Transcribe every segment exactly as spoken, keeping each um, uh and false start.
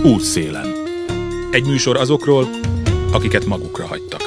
Útszélen. Egy műsor azokról, akiket magukra hagytak.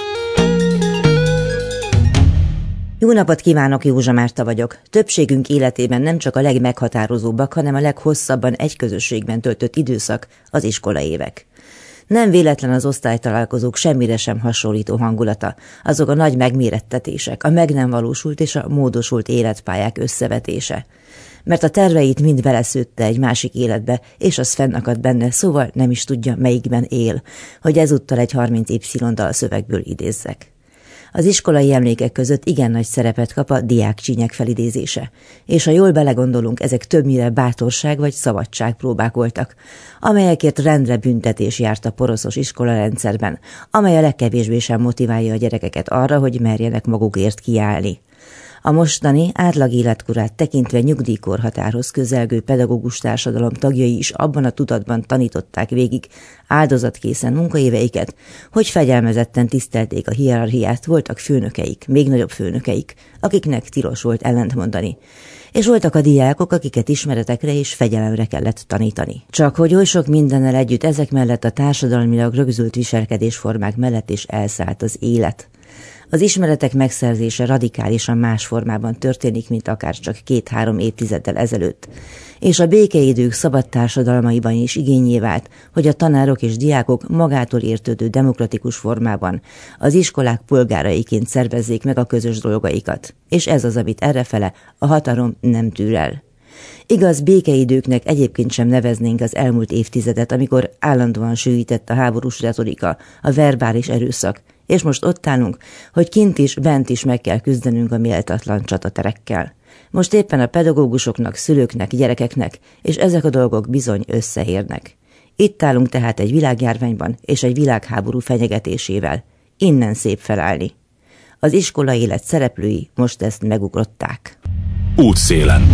Jó napot kívánok, Józsa Márta vagyok. Többségünk életében nem csak a legmeghatározóbbak, hanem a leghosszabban egy közösségben töltött időszak az iskolaévek. Nem véletlen az osztálytalálkozók semmire sem hasonlító hangulata, azok a nagy megmérettetések, a meg nem valósult és a módosult életpályák összevetése. Mert a terveit mind beleszőtte egy másik életbe, és az fennakadt benne, szóval nem is tudja, melyikben él, hogy ezúttal egy harminc Y dalszövegből idézzek. Az iskolai emlékek között igen nagy szerepet kap a diákcsínyek felidézése, és ha jól belegondolunk, ezek többnyire bátorság vagy szabadságpróbák voltak, amelyekért rendre büntetés járt a poroszos iskolarendszerben, amely a legkevésbé sem motiválja a gyerekeket arra, hogy merjenek magukért kiállni. A mostani átlag életkorát tekintve nyugdíjkorhatárhoz közelgő pedagógus társadalom tagjai is abban a tudatban tanították végig áldozatkészen munkaéveiket, hogy fegyelmezetten tisztelték a hierarchiát, voltak főnökeik, még nagyobb főnökeik, akiknek tilos volt ellentmondani. És voltak a diákok, akiket ismeretekre és fegyelemre kellett tanítani. Csak hogy oly sok mindennel együtt ezek mellett a társadalmilag rögzült viselkedésformák mellett is elszállt az élet. Az ismeretek megszerzése radikálisan más formában történik, mint akár csak két-három évtizeddel ezelőtt, és a békeidők szabad társadalmaiban is igénnyé vált, hogy a tanárok és diákok magától értődő demokratikus formában az iskolák polgáraiként szervezzék meg a közös dolgaikat, és ez az, amit errefele a hatalom nem tűr el. Igaz, békeidőknek egyébként sem neveznénk az elmúlt évtizedet, amikor állandóan sűjített a háborús retorika, a verbális erőszak, és most ott állunk, hogy kint is, bent is meg kell küzdenünk a méltatlan csataterekkel. Most éppen a pedagógusoknak, szülőknek, gyerekeknek, és ezek a dolgok bizony összeérnek. Itt állunk tehát egy világjárványban és egy világháború fenyegetésével. Innen szép felállni. Az iskola élet szereplői most ezt megugrották. Útszélen.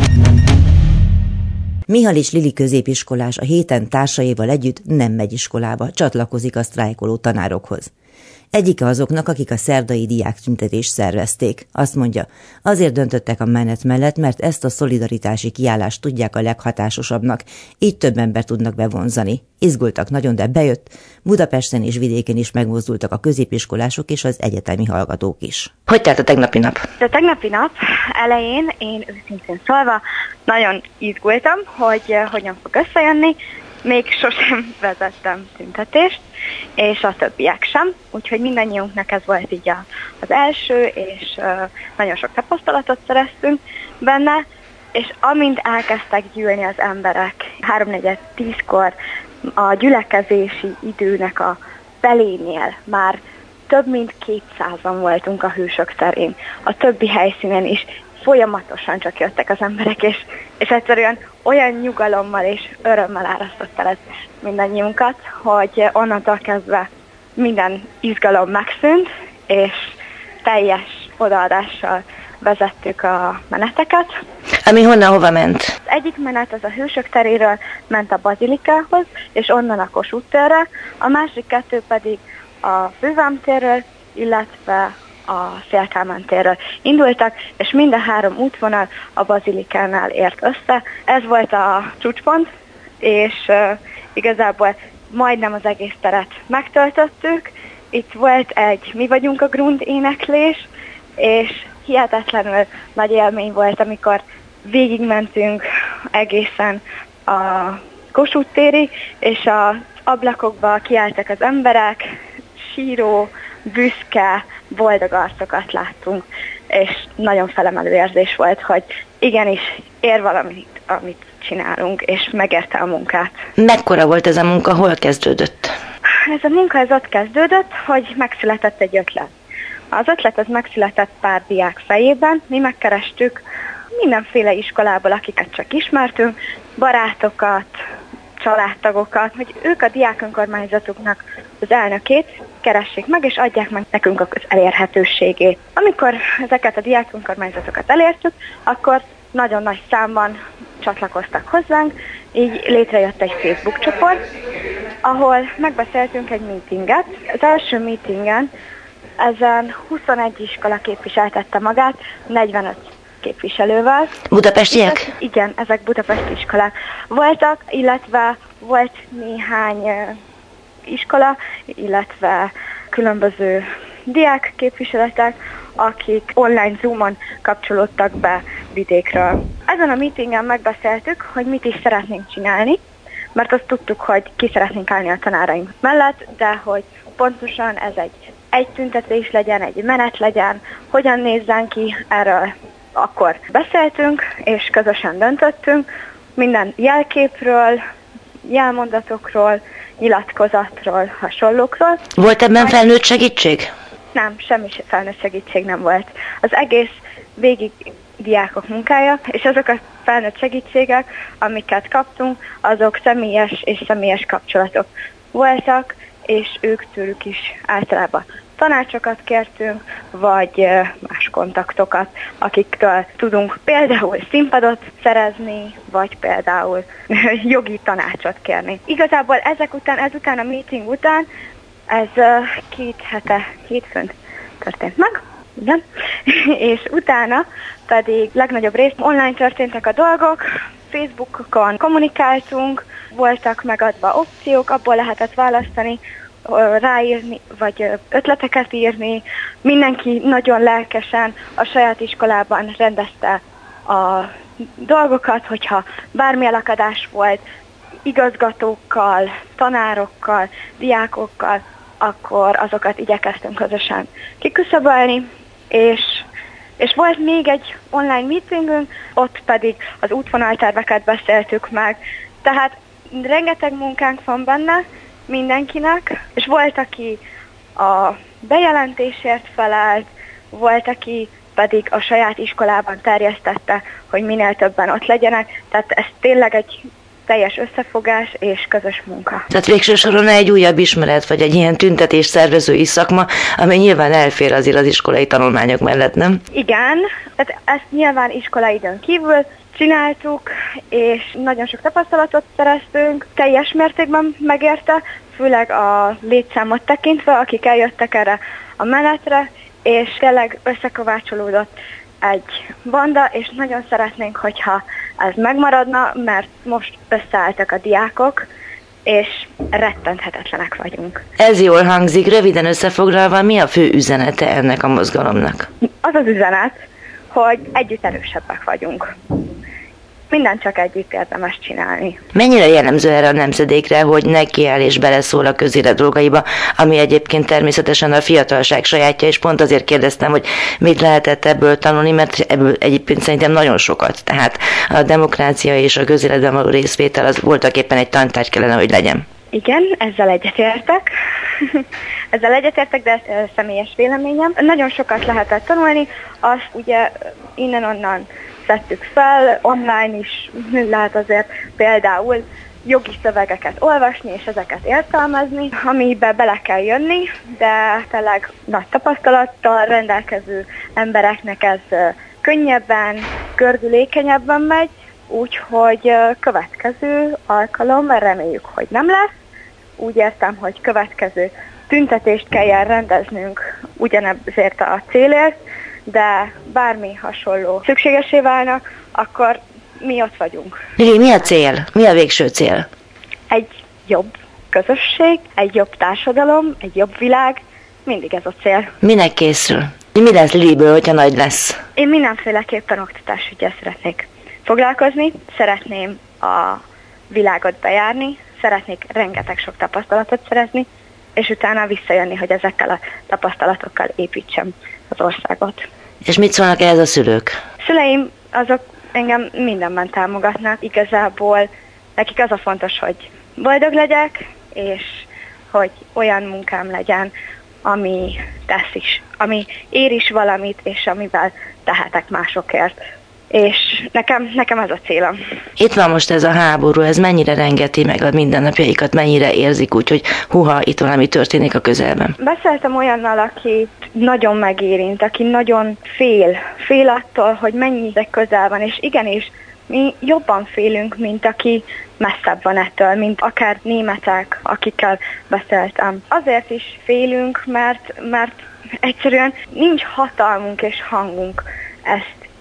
Mihalis Lili középiskolás a héten társaival együtt nem megy iskolába, csatlakozik a sztrájkoló tanárokhoz. Egyike azoknak, akik a szerdai diáktüntetést szervezték. Azt mondja, azért döntöttek a menet mellett, mert ezt a szolidaritási kiállást tudják a leghatásosabbnak, így több ember tudnak bevonzani. Izgultak nagyon, de bejött. Budapesten és vidéken is megmozdultak a középiskolások és az egyetemi hallgatók is. Hogy telt a tegnapi nap? A tegnapi nap elején én őszintén szólva nagyon izgultam, hogy hogyan fog összejönni. Még sosem vezettem tüntetést, és a többiek sem, úgyhogy mindannyiunknak ez volt így az első, és uh, nagyon sok tapasztalatot szereztünk benne, és amint elkezdtek gyűlni az emberek, háromnegyed tízkor a gyülekezési időnek a felénél már több mint kétszázan voltunk a Hősök terén, a többi helyszínen is folyamatosan csak jöttek az emberek, és, és egyszerűen olyan nyugalommal és örömmel árasztott el ez mindannyiunkat, hogy onnantól kezdve minden izgalom megszűnt, és teljes odaadással vezettük a meneteket. Ami honnan hova ment? Az egyik menet az a Hősök teréről ment a Bazilikához, és onnan a Kossuth térre, a másik kettő pedig a Fővám térről, illetve a Széll Kálmán térről indultak, és mind a három útvonal a Bazilikánál ért össze. Ez volt a csúcspont, és uh, igazából majdnem az egész teret megtöltöttük. Itt volt egy Mi vagyunk a Grund éneklés, és hihetetlenül nagy élmény volt, amikor végigmentünk egészen a Kossuth térig, és az ablakokba kiálltak az emberek, síró, büszke, boldog arcokat láttunk, és nagyon felemelő érzés volt, hogy igenis ér valamit, amit csinálunk, és megérte a munkát. Mekkora volt ez a munka, hol kezdődött? Ez a munka ez ott kezdődött, hogy megszületett egy ötlet. Az ötlet az megszületett pár diák fejében, mi megkerestük mindenféle iskolából, akiket csak ismertünk, barátokat, családtagokat, hogy ők a diákönkormányzatuknak az elnökét keressék meg, és adják meg nekünk az elérhetőségét. Amikor ezeket a diákönkormányzatokat elértük, akkor nagyon nagy számban csatlakoztak hozzánk, így létrejött egy Facebook csoport, ahol megbeszéltünk egy meetinget. Az első meetingen ezen huszonegy iskola képviseltette magát, negyvenöt képviselővel. Budapestiek? Igen, ezek budapesti iskolák voltak, illetve Volt néhány iskola, illetve különböző diák képviseletek, akik online Zoomon kapcsolódtak be vidékről. Ezen a meetingen megbeszéltük, hogy mit is szeretnénk csinálni, mert azt tudtuk, hogy ki szeretnénk állni a tanáraink mellett, de hogy pontosan ez egy, egy tüntetés legyen, egy menet legyen, hogyan nézzen ki, erről akkor beszéltünk, és közösen döntöttünk minden jelképről, jelmondatokról, nyilatkozatról, hasonlókról. Volt ebben felnőtt segítség? Nem, semmi felnőtt segítség nem volt. Az egész végig diákok munkája, és azok a felnőtt segítségek, amiket kaptunk, azok személyes és személyes kapcsolatok voltak, és ők tőlük is általában tanácsokat kértünk, vagy más kontaktokat, akiktől tudunk például színpadot szerezni, vagy például jogi tanácsot kérni. Igazából ezek után, ezután a meeting után, ez két hete, hétfőn történt meg, igen, és utána pedig legnagyobb részt online történtek a dolgok, Facebookon kommunikáltunk, voltak megadva opciók, abból lehetett választani, ráírni, vagy ötleteket írni. Mindenki nagyon lelkesen a saját iskolában rendezte a dolgokat, hogyha bármi elakadás volt, igazgatókkal, tanárokkal, diákokkal, akkor azokat igyekeztünk közösen kiküszöbölni, és, és volt még egy online meetingünk, ott pedig az útvonalterveket beszéltük meg, tehát rengeteg munkánk van benne, mindenkinek, és volt, aki a bejelentésért felelt, volt, aki pedig a saját iskolában terjesztette, hogy minél többen ott legyenek, tehát ez tényleg egy teljes összefogás és közös munka. Tehát végső soron egy újabb ismeret, vagy egy ilyen tüntetés szervezői szakma, ami nyilván elfér azért az iskolai tanulmányok mellett, nem? Igen, tehát ezt nyilván iskolai időn kívül csináltuk, és nagyon sok tapasztalatot szereztünk, teljes mértékben megérte, főleg a létszámot tekintve, akik eljöttek erre a menetre, és tényleg összekovácsolódott egy banda, és nagyon szeretnénk, hogyha ez megmaradna, mert most összeálltak a diákok, és rettenthetetlenek vagyunk. Ez jól hangzik, röviden összefoglalva, mi a fő üzenete ennek a mozgalomnak? Az az üzenet, hogy együtt erősebbek vagyunk. Mindent csak együtt érdemes csinálni. Mennyire jellemző erre a nemzedékre, hogy nekiáll és beleszól a közélet dolgaiba, ami egyébként természetesen a fiatalság sajátja, és pont azért kérdeztem, hogy mit lehetett ebből tanulni, mert ebből egyébként szerintem nagyon sokat. Tehát a demokrácia és a közéletben való részvétel az voltak éppen egy tantárgy kellene, hogy legyen. Igen, ezzel egyetértek. ezzel egyetértek, de ez személyes véleményem. Nagyon sokat lehetett tanulni, azt ugye innen-onnan szedtük fel, online is lehet azért például jogi szövegeket olvasni és ezeket értelmezni, amibe bele kell jönni, de tényleg nagy tapasztalattal rendelkező embereknek ez könnyebben, gördülékenyebben megy, úgyhogy következő alkalom, reméljük, hogy nem lesz. Úgy értem, hogy következő tüntetést kelljen rendeznünk ugyanezért a célért, de bármi hasonló szükségesé válnak, akkor mi ott vagyunk. Lili, mi a cél? Mi a végső cél? Egy jobb közösség, egy jobb társadalom, egy jobb világ, mindig ez a cél. Minek készül? Mi lesz Liliből, hogyha nagy lesz? Én mindenféleképpen oktatásügyel szeretnék foglalkozni, szeretném a világot bejárni, szeretnék rengeteg sok tapasztalatot szerezni, és utána visszajönni, hogy ezekkel a tapasztalatokkal építsem az országot. És mit szólnak ehhez a szülők? Szüleim azok engem mindenben támogatnak. Igazából nekik az a fontos, hogy boldog legyek, és hogy olyan munkám legyen, ami tesz is, ami ér is valamit, és amivel tehetek másokért. És nekem, nekem ez a célom. Itt van most ez a háború, ez mennyire rengeti meg a mindennapjaikat, mennyire érzik úgy, hogy huha, itt valami történik a közelben? Beszéltem olyannal, aki nagyon megérint, aki nagyon fél, fél attól, hogy mennyire közel van, és igenis, mi jobban félünk, mint aki messzebb van ettől, mint akár németek, akikkel beszéltem. Azért is félünk, mert, mert egyszerűen nincs hatalmunk és hangunk ezt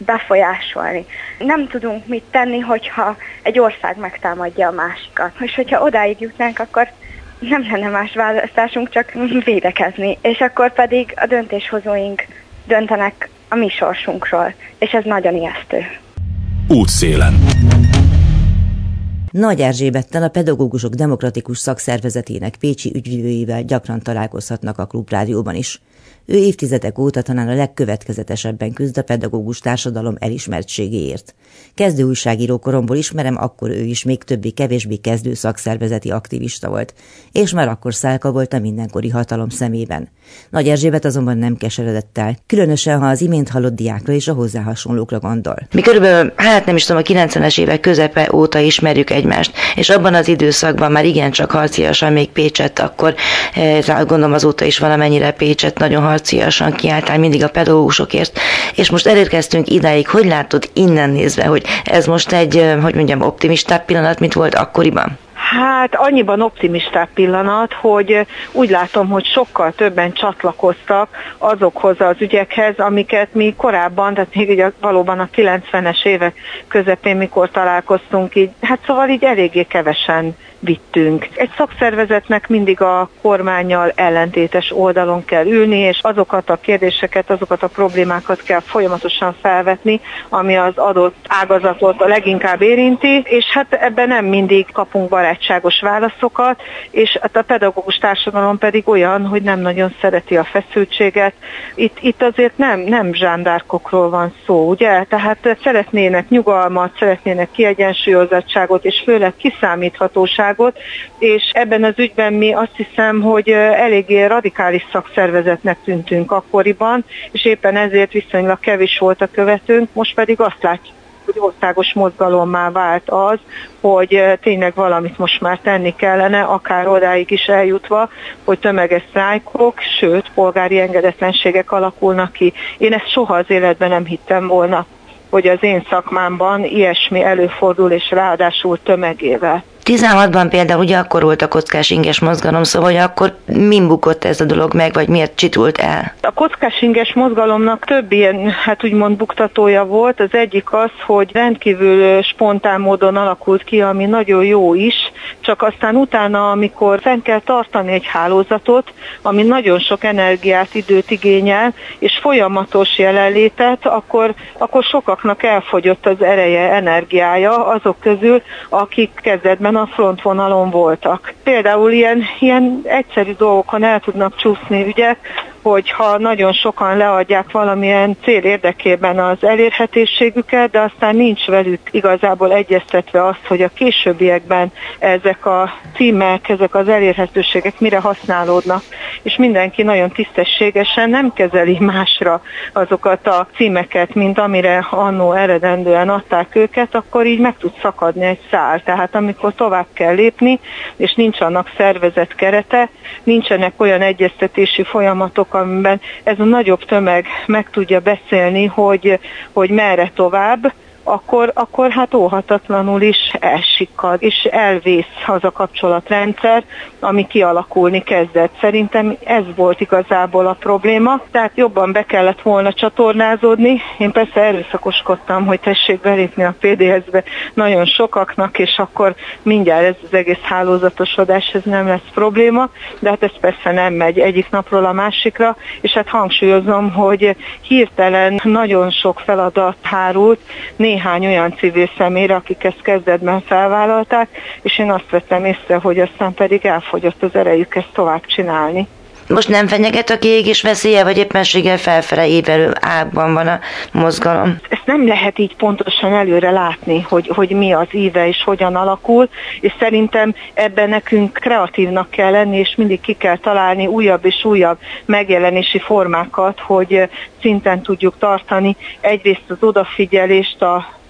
befolyásolni. Nem tudunk mit tenni, hogyha egy ország megtámadja a másikat. És hogyha odáig jutnánk, akkor nem lenne más választásunk, csak védekezni. És akkor pedig a döntéshozóink döntenek a mi sorsunkról. És ez nagyon ijesztő. Útszélen. Nagy Erzsébettel, a Pedagógusok Demokratikus Szakszervezetének pécsi ügyvivőivel gyakran találkozhatnak a Klubrádióban is. Ő évtizedek óta talán a legkövetkezetesebben küzd a pedagógus társadalom elismertségéért. Kezdő újságíró koromból ismerem, akkor ő is még többi kevésbé kezdő szakszervezeti aktivista volt, és már akkor szálka volt a mindenkori hatalom szemében. Nagy Erzsébet azonban nem keseredett el, különösen ha az imént hallott diákra és a hozzá hasonlókra gondol. Mi körülbelül, hát nem is tudom, a kilencvenes évek közepe óta ismerjük egymást, és abban az időszakban már igencsak harciasan még Pécsett, akkor gondolom azóta is valamennyire Pécsett nagyon harciasan kiálltál mindig a pedagógusokért, és most elérkeztünk idáig. Hogy látod innen nézve, hogy ez most egy, hogy mondjam, optimistább pillanat, mint volt akkoriban? Hát annyiban optimistább pillanat, hogy úgy látom, hogy sokkal többen csatlakoztak azokhoz az ügyekhez, amiket mi korábban, tehát még ugye valóban a kilencvenes évek közepén, mikor találkoztunk, így, hát szóval így eléggé kevesen vittünk. Egy szakszervezetnek mindig a kormánnyal ellentétes oldalon kell ülni, és azokat a kérdéseket, azokat a problémákat kell folyamatosan felvetni, ami az adott ágazatot a leginkább érinti, és hát ebben nem mindig kapunk barátságos válaszokat, és a pedagógus társadalom pedig olyan, hogy nem nagyon szereti a feszültséget. Itt, itt azért nem, nem zsándárkokról van szó, ugye? Tehát szeretnének nyugalmat, szeretnének kiegyensúlyozottságot, és főleg kiszámíthatóságot, és ebben az ügyben mi azt hiszem, hogy eléggé radikális szakszervezetnek tűntünk akkoriban, és éppen ezért viszonylag kevés volt a követőnk, most pedig azt látjuk, hogy országos mozgalommá vált az, hogy tényleg valamit most már tenni kellene, akár odáig is eljutva, hogy tömeges sztrájkok, sőt, polgári engedetlenségek alakulnak ki. Én ezt soha az életben nem hittem volna, hogy az én szakmámban ilyesmi előfordul, és ráadásul tömegével. tizenhatban például ugye akkor volt a kockás inges mozgalom, szóval hogy akkor min bukott ez a dolog meg, vagy miért csitult el? A kockás inges mozgalomnak több ilyen, hát úgymond buktatója volt. Az egyik az, hogy rendkívül spontán módon alakult ki, ami nagyon jó is, csak aztán utána, amikor fenn kell tartani egy hálózatot, ami nagyon sok energiát, időt igényel, és folyamatos jelenlétet, akkor, akkor sokaknak elfogyott az ereje, energiája azok közül, akik kezdetben a frontvonalon voltak. Például ilyen, ilyen egyszerű dolgokon el tudnak csúszni ügyek, hogyha nagyon sokan leadják valamilyen cél érdekében az elérhetőségüket, de aztán nincs velük igazából egyeztetve azt, hogy a későbbiekben ezek a címek, ezek az elérhetőségek mire használódnak, és mindenki nagyon tisztességesen nem kezeli másra azokat a címeket, mint amire annó eredendően adták őket, akkor így meg tud szakadni egy szál. Tehát amikor tovább kell lépni, és nincs annak szervezett kerete, nincsenek olyan egyeztetési folyamatok, amiben ez a nagyobb tömeg meg tudja beszélni, hogy, hogy merre tovább, akkor, akkor hát óhatatlanul is elsikkad, és elvész az a kapcsolatrendszer, ami kialakulni kezdett. Szerintem ez volt igazából a probléma, tehát jobban be kellett volna csatornázódni. Én persze erőszakoskodtam, hogy tessék belépni a pé dé es-be nagyon sokaknak, és akkor mindjárt ez az egész hálózatosodás, ez nem lesz probléma, de hát ez persze nem megy egyik napról a másikra, és hát hangsúlyozom, hogy hirtelen nagyon sok feladat hárult néhány olyan civil személyre, akik ezt kezdetben felvállalták, és én azt vettem észre, hogy aztán pedig elfogyott az erejük ezt tovább csinálni. Most nem fenyeget a kiégés veszélye, vagy éppenséggel felfele évelő ágban van a mozgalom? Ezt nem lehet így pontosan előre látni, hogy, hogy mi az íve és hogyan alakul, és szerintem ebben nekünk kreatívnak kell lenni, és mindig ki kell találni újabb és újabb megjelenési formákat, hogy szinten tudjuk tartani egyrészt az odafigyelést a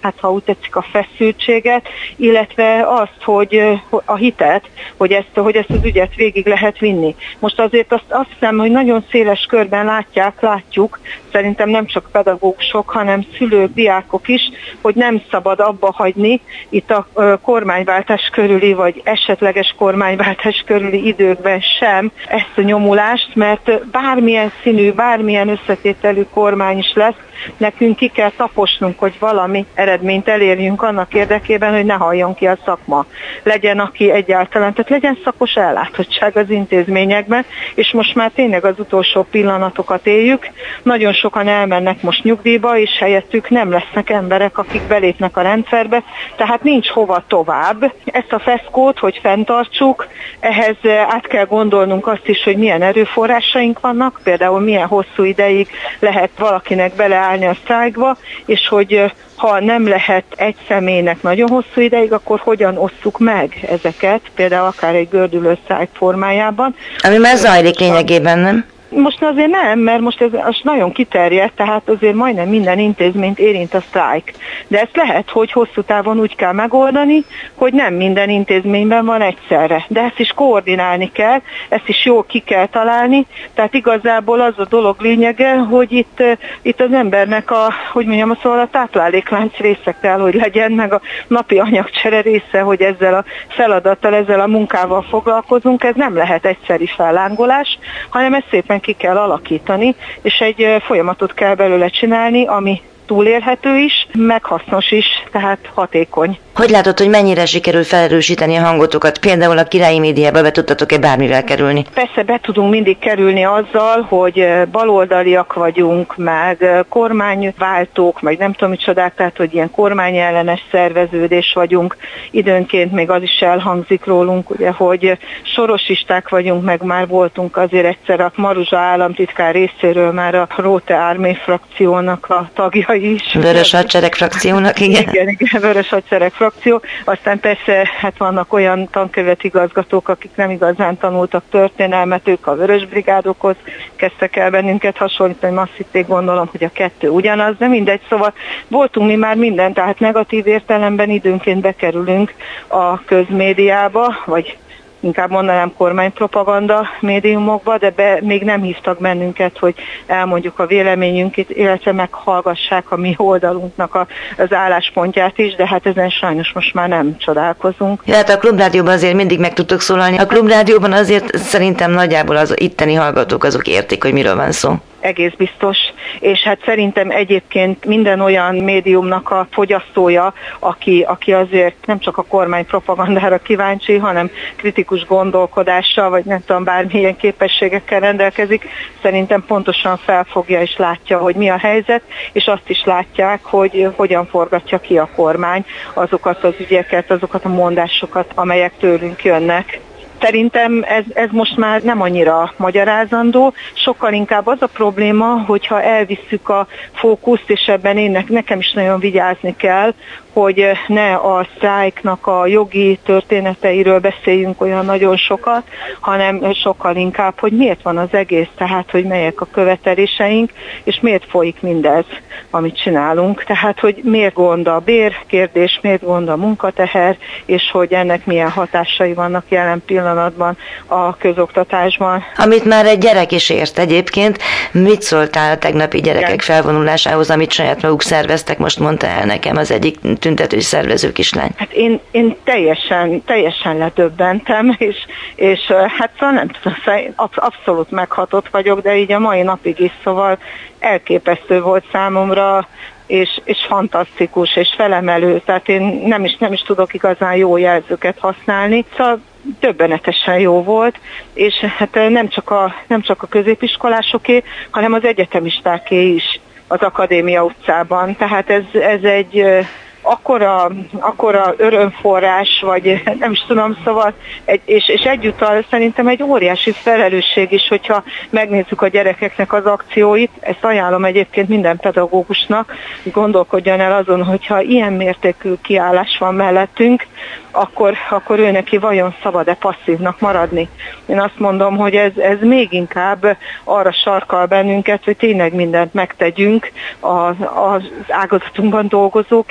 hát ha úgy tetszik, a feszültséget, illetve azt, hogy a hitet, hogy ezt, hogy ezt az ügyet végig lehet vinni. Most azért azt, azt hiszem, hogy nagyon széles körben látják, látjuk, szerintem nem csak pedagógusok, hanem szülők, diákok is, hogy nem szabad abba hagyni itt a kormányváltás körüli, vagy esetleges kormányváltás körüli időkben sem ezt a nyomulást, mert bármilyen színű, bármilyen összetételű kormány is lesz, nekünk ki kell taposnunk, hogy valami eredményt elérjünk annak érdekében, hogy ne halljon ki a szakma. Legyen, aki egyáltalán, tehát legyen szakos ellátottság az intézményekben, és most már tényleg az utolsó pillanatokat éljük. Nagyon sokan elmennek most nyugdíjba, és helyettük nem lesznek emberek, akik belépnek a rendszerbe, tehát nincs hova tovább. Ezt a feszkót, hogy fenntartsuk, ehhez át kell gondolnunk azt is, hogy milyen erőforrásaink vannak, például milyen hosszú ideig lehet valakinek beleállni a sztrájkba, és hogy ha nem lehet egy személynek nagyon hosszú ideig, akkor hogyan osszuk meg ezeket, például akár egy gördülő sztrájk formájában. Ami már zajlik lényegében, nem? Most azért nem, mert most ez az nagyon kiterjedt, tehát azért majdnem minden intézményt érint a sztrájk. De ezt lehet, hogy hosszú távon úgy kell megoldani, hogy nem minden intézményben van egyszerre. De ezt is koordinálni kell, ezt is jól ki kell találni, tehát igazából az a dolog lényege, hogy itt, itt az embernek a, hogy mondjam, szóval a tápláléklánc része kell, hogy legyen, meg a napi anyagcsere része, hogy ezzel a feladattal, ezzel a munkával foglalkozunk. Ez nem lehet egyszeri fellángolás, hanem ez szépen ki kell alakítani, és egy folyamatot kell belőle csinálni, ami túlélhető is, meg hasznos is, tehát hatékony. Hogy látod, hogy mennyire sikerül felerősíteni a hangotokat? Például a Királyi Médiába be tudtatok-e bármivel kerülni? Persze be tudunk mindig kerülni azzal, hogy baloldaliak vagyunk, meg kormányváltók, meg nem tudom micsodák, tehát hogy ilyen kormányellenes szerveződés vagyunk. Időnként még az is elhangzik rólunk, ugye, hogy sorosisták vagyunk, meg már voltunk azért egyszer a Maruzsa államtitkár részéről már a Rote Armé frakciónak a tagja is. Vörös Hadsereg frakciónak, igen. Igen, igen, Vörös Hadsereg frakció. Aztán persze hát vannak olyan tankövetigazgatók, akik nem igazán tanultak történelmet, ők a Vörös Brigádokhoz kezdtek el bennünket hasonlítani, hogy azt hitték, gondolom, hogy a kettő ugyanaz, de mindegy, szóval voltunk mi már minden, tehát negatív értelemben időnként bekerülünk a közmédiába, vagy inkább mondanám kormánypropaganda médiumokba, de be, még nem hívtak bennünket, hogy elmondjuk a véleményünket, illetve meghallgassák a mi oldalunknak a, az álláspontját is, de hát ezen sajnos most már nem csodálkozunk. Ja, hát a Klubrádióban azért mindig meg tudtok szólalni. A Klubrádióban azért szerintem nagyjából az itteni hallgatók azok értik, hogy miről van szó. Egész biztos, és hát szerintem egyébként minden olyan médiumnak a fogyasztója, aki, aki azért nem csak a kormány propagandára kíváncsi, hanem kritikus gondolkodással, vagy nem tudom, bármilyen képességekkel rendelkezik, szerintem pontosan felfogja és látja, hogy mi a helyzet, és azt is látják, hogy hogyan forgatja ki a kormány azokat az ügyeket, azokat a mondásokat, amelyek tőlünk jönnek. Szerintem ez, ez most már nem annyira magyarázandó, sokkal inkább az a probléma, hogyha elvisszük a fókuszt, és ebben én nekem is nagyon vigyázni kell, hogy ne a sztrájknak a jogi történeteiről beszéljünk olyan nagyon sokat, hanem sokkal inkább, hogy miért van az egész, tehát hogy melyek a követeléseink, és miért folyik mindez, amit csinálunk. Tehát, hogy miért gond a bérkérdés, miért gond a munkateher, és hogy ennek milyen hatásai vannak jelen pillanatban a közoktatásban. Amit már egy gyerek is ért egyébként, mit szóltál a tegnapi gyerekek Igen. felvonulásához, amit saját maguk szerveztek, most mondta el nekem az egyik tüntető szervező kislány. Hát én, én teljesen, teljesen ledöbbentem, és, és hát szóval nem tudom, abszolút meghatott vagyok, de így a mai napig is, szóval elképesztő volt számomra, és, és fantasztikus, és felemelő, tehát én nem is, nem is tudok igazán jó jelzőket használni, szóval döbbenetesen jó volt, és hát nem csak a, nem csak a középiskolásoké, hanem az egyetemistáké is az Akadémia utcában, tehát ez, ez egy akkora, akkora örömforrás, vagy nem is tudom, szóval, egy, és, és egyúttal szerintem egy óriási felelősség is, hogyha megnézzük a gyerekeknek az akcióit, ezt ajánlom egyébként minden pedagógusnak, gondolkodjon el azon, hogyha ilyen mértékű kiállás van mellettünk, akkor, akkor ő neki vajon szabad-e passzívnak maradni. Én azt mondom, hogy ez, ez még inkább arra sarkal bennünket, hogy tényleg mindent megtegyünk az ágazatunkban dolgozók érdekében,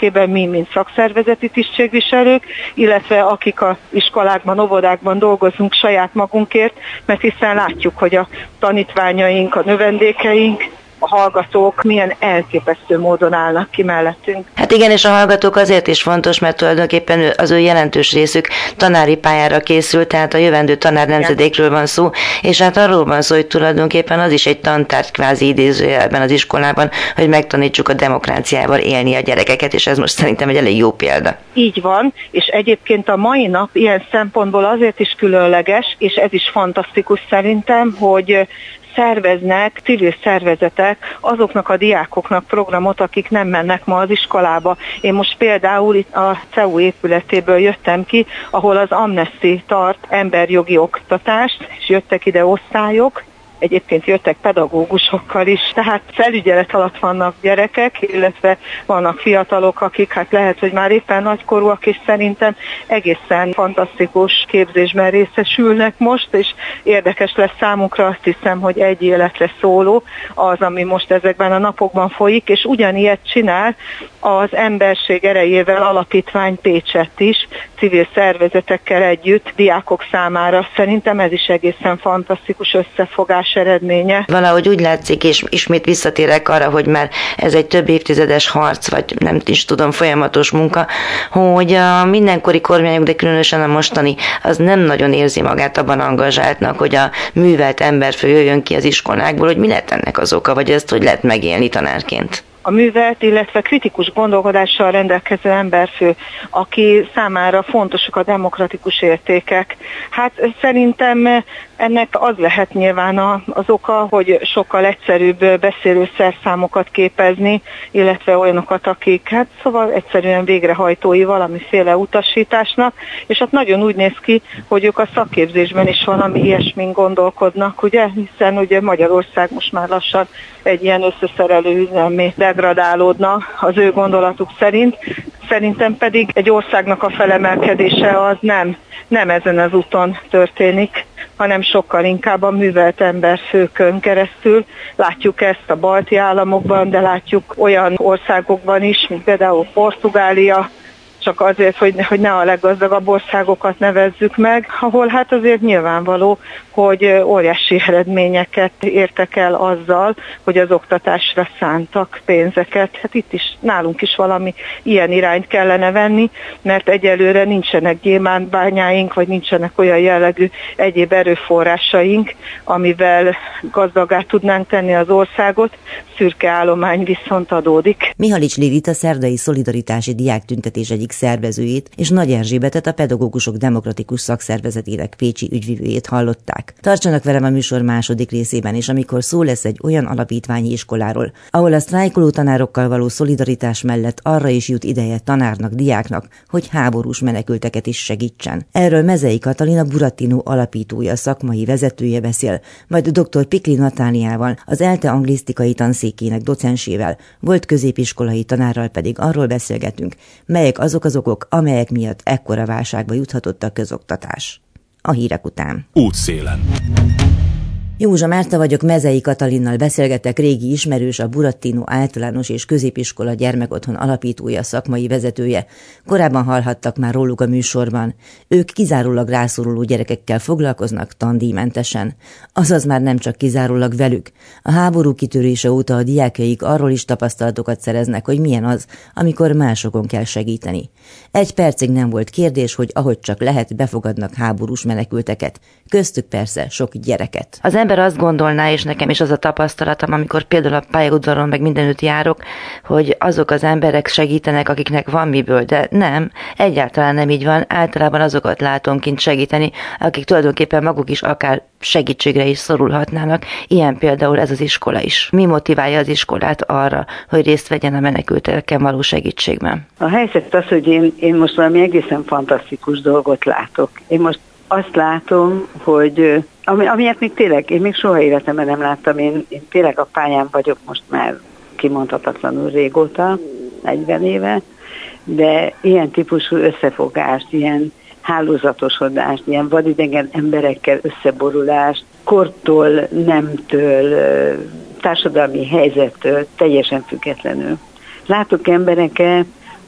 érdekében mi, mint szakszervezeti tisztségviselők, illetve akik az iskolákban, óvodákban dolgozunk saját magunkért, mert hiszen látjuk, hogy a tanítványaink, a növendékeink, a hallgatók milyen elképesztő módon állnak ki mellettünk. Hát igen, és a hallgatók azért is fontos, mert tulajdonképpen az ő jelentős részük tanári pályára készült, tehát a jövendő tanár nemzedékről van szó, és hát arról van szó, hogy tulajdonképpen az is egy tantárgy kvázi idézőjelben az iskolában, hogy megtanítsuk a demokráciával élni a gyerekeket, és ez most szerintem egy elég jó példa. Így van, és egyébként a mai nap ilyen szempontból azért is különleges, és ez is fantasztikus szerintem, hogy szerveznek civil szervezetek azoknak a diákoknak programot, akik nem mennek ma az iskolába. Én most például itt a cé e u épületéből jöttem ki, ahol az Amnesty tart emberjogi oktatást, és jöttek ide osztályok, egyébként jöttek pedagógusokkal is, tehát felügyelet alatt vannak gyerekek, illetve vannak fiatalok, akik hát lehet, hogy már éppen nagykorúak, és szerintem egészen fantasztikus képzésben részesülnek most, és érdekes lesz számukra, azt hiszem, hogy egy életre szóló az, ami most ezekben a napokban folyik, és ugyanilyet csinál az Emberség erejével alapítvány Pécsett is, civil szervezetekkel együtt, diákok számára. Szerintem ez is egészen fantasztikus összefogás eredménye. Valahogy úgy látszik, és ismét visszatérek arra, hogy már ez egy több évtizedes harc, vagy nem is tudom, folyamatos munka, hogy a mindenkori kormányok, de különösen a mostani, az nem nagyon érzi magát abban angazsáltnak, hogy a művelt emberfő jöjjön ki az iskolákból, hogy mi lett ennek az oka, vagy ezt hogy lehet megélni tanárként. A művelt, illetve kritikus gondolkodással rendelkező emberfő, aki számára fontosak a demokratikus értékek. Hát szerintem ennek az lehet nyilván az oka, hogy sokkal egyszerűbb beszélő szerszámokat képezni, illetve olyanokat, akik hát szóval egyszerűen végrehajtói valamiféle utasításnak, és hát nagyon úgy néz ki, hogy ők a szakképzésben is valami ilyesmin gondolkodnak, ugye, hiszen ugye Magyarország most már lassan egy ilyen összeszerelő üzemmé degradálódna az ő gondolatuk szerint. Szerintem pedig egy országnak a felemelkedése az nem, nem ezen az úton történik, hanem sokkal inkább a művelt emberfőkön keresztül. Látjuk ezt a balti államokban, de látjuk olyan országokban is, mint például Portugália, csak azért, hogy, hogy ne a leggazdagabb országokat nevezzük meg, ahol hát azért nyilvánvaló, hogy óriási eredményeket értek el azzal, hogy az oktatásra szántak pénzeket. Hát itt is, nálunk is valami ilyen irányt kellene venni, mert egyelőre nincsenek gyémántbányáink, vagy nincsenek olyan jellegű egyéb erőforrásaink, amivel gazdaggá tudnánk tenni az országot, szürke állomány viszont adódik. Mihalics Lilith a szerdai szolidaritási diáktüntetés egyik szervezőjét, és Nagy Erzsébetet a Pedagógusok Demokratikus Szakszervezetének pécsi ügyvivőjét hallották. Tartsanak velem a műsor második részében is, amikor szó lesz egy olyan alapítványi iskoláról, ahol a sztrájkoló tanárokkal való szolidaritás mellett arra is jut ideje tanárnak, diáknak, hogy háborús menekülteket is segítsen. Erről Mezei Katalin, a Burattino alapítója, szakmai vezetője beszél, majd dr. Pikli Natáliával, az ELTE anglisztikai tanszékének docensével, volt középiskolai tanárral pedig arról beszélgetünk, melyek azok az okok, amelyek miatt ekkora válságba juthatott a közoktatás. A hírek után. Útszélen. Józsa Márta vagyok, Mezei Katalinnal beszélgetek, régi ismerős, a Burattino általános és középiskola gyermekotthon alapítója, szakmai vezetője. Korábban hallhattak már róluk a műsorban. Ők kizárólag rászoruló gyerekekkel foglalkoznak tandíjmentesen. Azaz már nem csak kizárólag velük. A háború kitörése óta a diákjaik arról is tapasztalatokat szereznek, hogy milyen az, amikor másokon kell segíteni. Egy percig nem volt kérdés, hogy ahogy csak lehet, befogadnak háborús menekülteket. Köztük persze sok gyereket. Az ember azt gondolná, és nekem is az a tapasztalatom, amikor például a pályaudvaron meg mindenütt járok, hogy azok az emberek segítenek, akiknek van miből, de nem, egyáltalán nem így van. Általában azokat látom kint segíteni, akik tulajdonképpen maguk is akár segítségre is szorulhatnának. Ilyen például ez az iskola is. Mi motiválja az iskolát arra, hogy részt vegyen a menekültekkel való segítségben? A helyzet az, hogy én, én most valami egészen fantasztikus dolgot látok. Én most azt látom, hogy ami, amilyet még tényleg, én még soha életemben nem láttam, én, én tényleg a pályán vagyok most már kimondhatatlanul régóta, negyven éve, de ilyen típusú összefogást, ilyen hálózatosodást, ilyen vadidegen emberekkel összeborulást, kortól, nemtől, társadalmi helyzettől teljesen függetlenül. Látok embereket,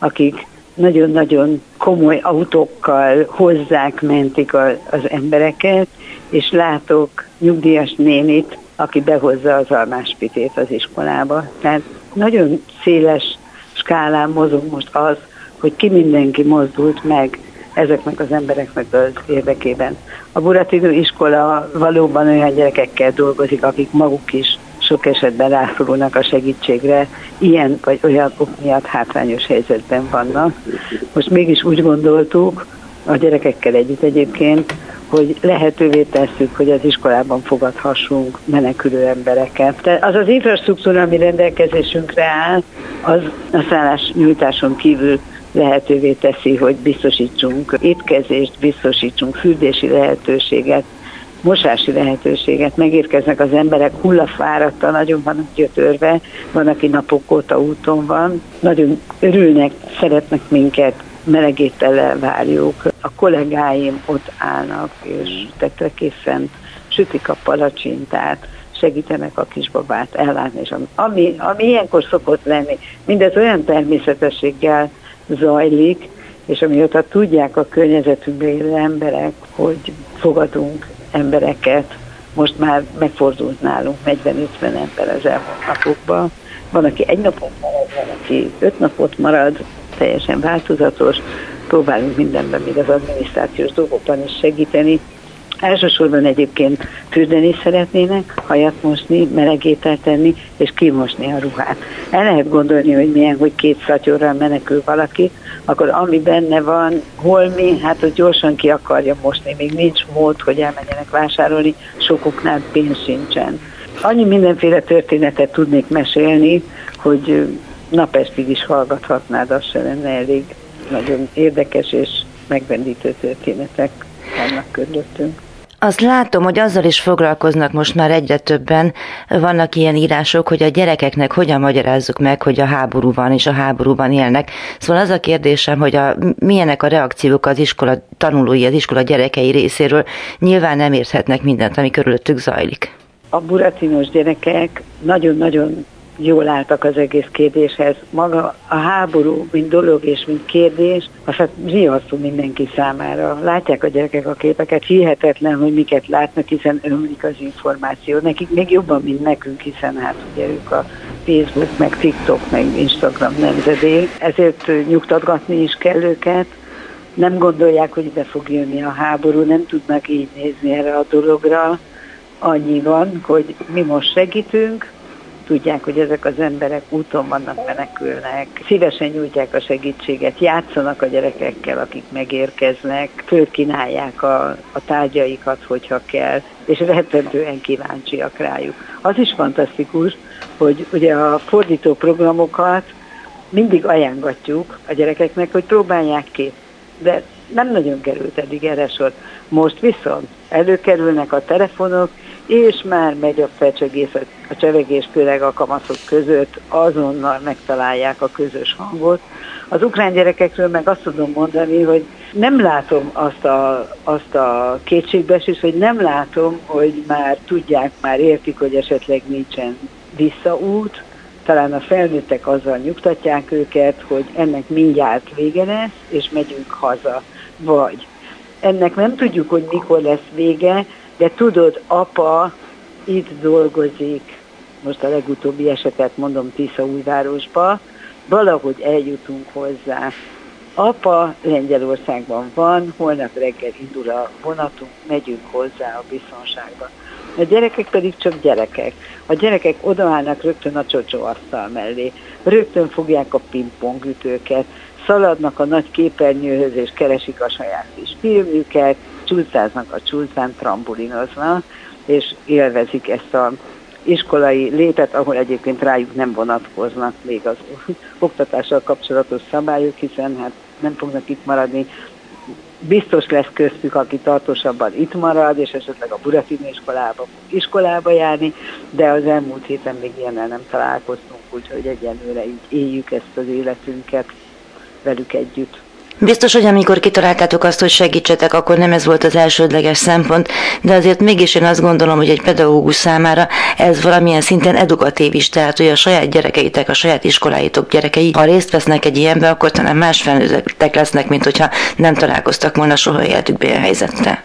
akik nagyon-nagyon komoly autókkal hozzák, mentik a, az embereket, és látok nyugdíjas nénit, aki behozza az almáspitét az iskolába. Tehát nagyon széles skálán mozog most az, hogy ki mindenki mozdult meg ezeknek az embereknek az érdekében. A Burattino iskola valóban olyan gyerekekkel dolgozik, akik maguk is sok esetben rászorulnak a segítségre, ilyen vagy olyan ok miatt hátrányos helyzetben vannak. Most mégis úgy gondoltuk, a gyerekekkel együtt egyébként, hogy lehetővé tesszük, hogy az iskolában fogadhassunk menekülő embereket. Tehát az az infrastruktúra, ami rendelkezésünkre áll, az a szállás nyújtáson kívül lehetővé teszi, hogy biztosítsunk étkezést, biztosítsunk fürdési lehetőséget, mosási lehetőséget. Megérkeznek az emberek hullafáradtan, nagyon vannak gyötörve, van, aki napok óta úton van, nagyon örülnek, szeretnek minket, melegétellel várjuk. A kollégáim ott állnak, és tetrekészen sütik a palacsintát, segítenek a kisbabát ellátni, és ami, ami ilyenkor szokott lenni, mindez olyan természetességgel zajlik, és amióta tudják a környezetünkben élő emberek, hogy fogadunk embereket, most már megfordult nálunk negyven-ötven ember az elmúlt napokban. Van, aki egy napot marad, van, aki öt napot marad, teljesen változatos, próbálunk mindenben, még az adminisztrációs dolgokban is segíteni. Elsősorban egyébként fürdeni szeretnének, hajat mosni, melegételt tenni, és kimosni a ruhát. El lehet gondolni, hogy milyen, hogy két szatyorral menekül valaki, akkor ami benne van, holmi, hát hogy gyorsan ki akarja mosni, még nincs mód, hogy elmenjenek vásárolni, sokuknál pénz sincsen. Annyi mindenféle történetet tudnék mesélni, hogy napestig is hallgathatnád, az se lenne elég. Nagyon érdekes és megvendítő történetek vannak körülöttünk. Azt látom, hogy azzal is foglalkoznak most már egyre többen, vannak ilyen írások, hogy a gyerekeknek hogyan magyarázzuk meg, hogy a háború van és a háborúban élnek. Szóval az a kérdésem, hogy a, milyenek a reakciók az iskola tanulói, az iskola gyerekei részéről. Nyilván nem érthetnek mindent, ami körülöttük zajlik. A buratinos gyerekek nagyon-nagyon jól álltak az egész kérdéshez. Maga a háború, mint dolog és mint kérdés, az hát riasztó mindenki számára. Látják a gyerekek a képeket, hihetetlen, hogy miket látnak, hiszen ömlik az információ. Nekik még jobban, mint nekünk, hiszen hát ugye ők a Facebook, meg TikTok, meg Instagram nemzedék. Ezért nyugtatgatni is kell őket. Nem gondolják, hogy ide fog jönni a háború, nem tudnak így nézni erre a dologra. Annyi van, hogy mi most segítünk, tudják, hogy ezek az emberek úton vannak, menekülnek, szívesen nyújtják a segítséget, játszanak a gyerekekkel, akik megérkeznek, fölkínálják a, a tárgyaikat, hogyha kell, és rettentően kíváncsiak rájuk. Az is fantasztikus, hogy ugye a fordító programokat mindig ajánlatjuk a gyerekeknek, hogy próbálják ki, de nem nagyon került eddig erre sor. Most viszont előkerülnek a telefonok, és már megy a fecsegés, a csevegés, főleg a kamaszok között, azonnal megtalálják a közös hangot. Az ukrán gyerekekről meg azt tudom mondani, hogy nem látom azt a, azt a kétségbeesést, hogy nem látom, hogy már tudják, már értik, hogy esetleg nincsen visszaút. Talán a felnőttek azzal nyugtatják őket, hogy ennek mindjárt vége lesz, és megyünk haza. Vagy ennek nem tudjuk, hogy mikor lesz vége, de tudod, apa itt dolgozik, most a legutóbbi esetet mondom Tiszaújvárosba, valahogy eljutunk hozzá. Apa Lengyelországban van, holnap reggel indul a vonatunk, megyünk hozzá a biztonságba. A gyerekek pedig csak gyerekek. A gyerekek odaállnak rögtön a csocsóasztal mellé, rögtön fogják a pingpongütőket, szaladnak a nagy képernyőhöz és keresik a saját kis filmjüket, csulcáznak a csulcán, trambulinoznak, és élvezik ezt az iskolai létet, ahol egyébként rájuk nem vonatkoznak még az oktatással kapcsolatos szabályok, hiszen hát nem fognak itt maradni. Biztos lesz köztük, aki tartósabban itt marad, és esetleg a Burattino iskolába fog iskolába járni, de az elmúlt héten még ilyennel nem találkoztunk, úgyhogy egyenlőre így éljük ezt az életünket velük együtt. Biztos, hogy amikor kitaláltátok azt, hogy segítsetek, akkor nem ez volt az elsődleges szempont, de azért mégis én azt gondolom, hogy egy pedagógus számára ez valamilyen szinten edukatív is, tehát hogy a saját gyerekeitek, a saját iskoláitok gyerekei, ha részt vesznek egy ilyenbe, akkor talán más felnőttek lesznek, mint hogyha nem találkoztak volna soha életükben ilyen helyzettel.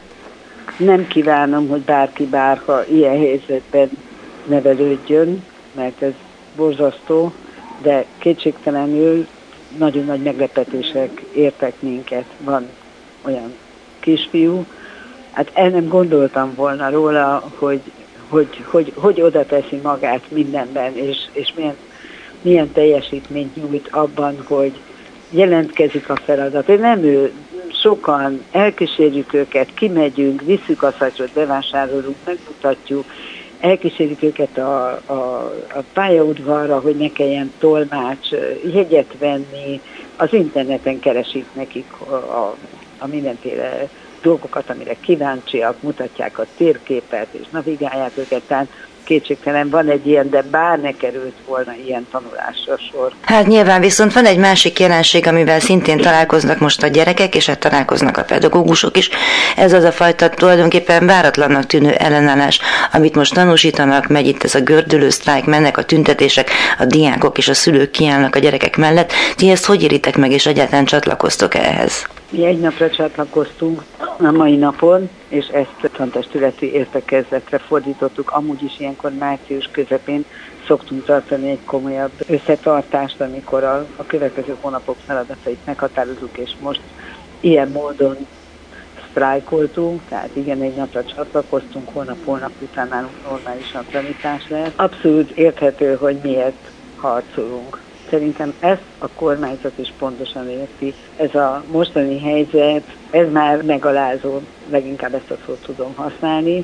Nem kívánom, hogy bárki bárha ilyen helyzetben nevelődjön, mert ez borzasztó, de kétségtelenül nagyon nagy meglepetések értek minket. Van olyan kisfiú, hát el nem gondoltam volna róla, hogy hogy, hogy, hogy oda teszi magát mindenben, és, és milyen, milyen teljesítményt nyújt abban, hogy jelentkezik a feladat. Nem ő, sokan elkísérjük őket, kimegyünk, visszük a szacsot, bevásárolunk, megmutatjuk, elkísérjük őket a, a, a pályaudvarra, hogy ne kelljen tolmács, jegyet venni, az interneten keresik nekik a, a, a mindenféle dolgokat, amire kíváncsiak, mutatják a térképet, és navigálják őket, tehát kétségtelen van egy ilyen, de bár ne került volna ilyen tanulásra sor. Hát nyilván viszont van egy másik jelenség, amivel szintén találkoznak most a gyerekek, és hát találkoznak a pedagógusok is. Ez az a fajta tulajdonképpen váratlannak tűnő ellenállás, amit most tanúsítanak, megy itt ez a gördülő sztrájk, mennek a tüntetések, a diákok és a szülők kiállnak a gyerekek mellett. Ti ezt hogy éritek meg, és egyáltalán csatlakoztok ehhez? Mi egy napra csatlakoztunk a mai napon, és ezt tantestületi értekezletre fordítottuk. Amúgy is ilyenkor március közepén szoktunk tartani egy komolyabb összetartást, amikor a, a következő hónapok feladatait meghatározunk, és most ilyen módon sztrájkoltunk, tehát igen, egy napra csatlakoztunk, holnap-holnap után nálunk normálisan tanítás lesz. Abszolút érthető, hogy miért harcolunk. Szerintem ezt a kormányzat is pontosan érti. Ez a mostani helyzet, ez már megalázó, leginkább ezt a szót tudom használni.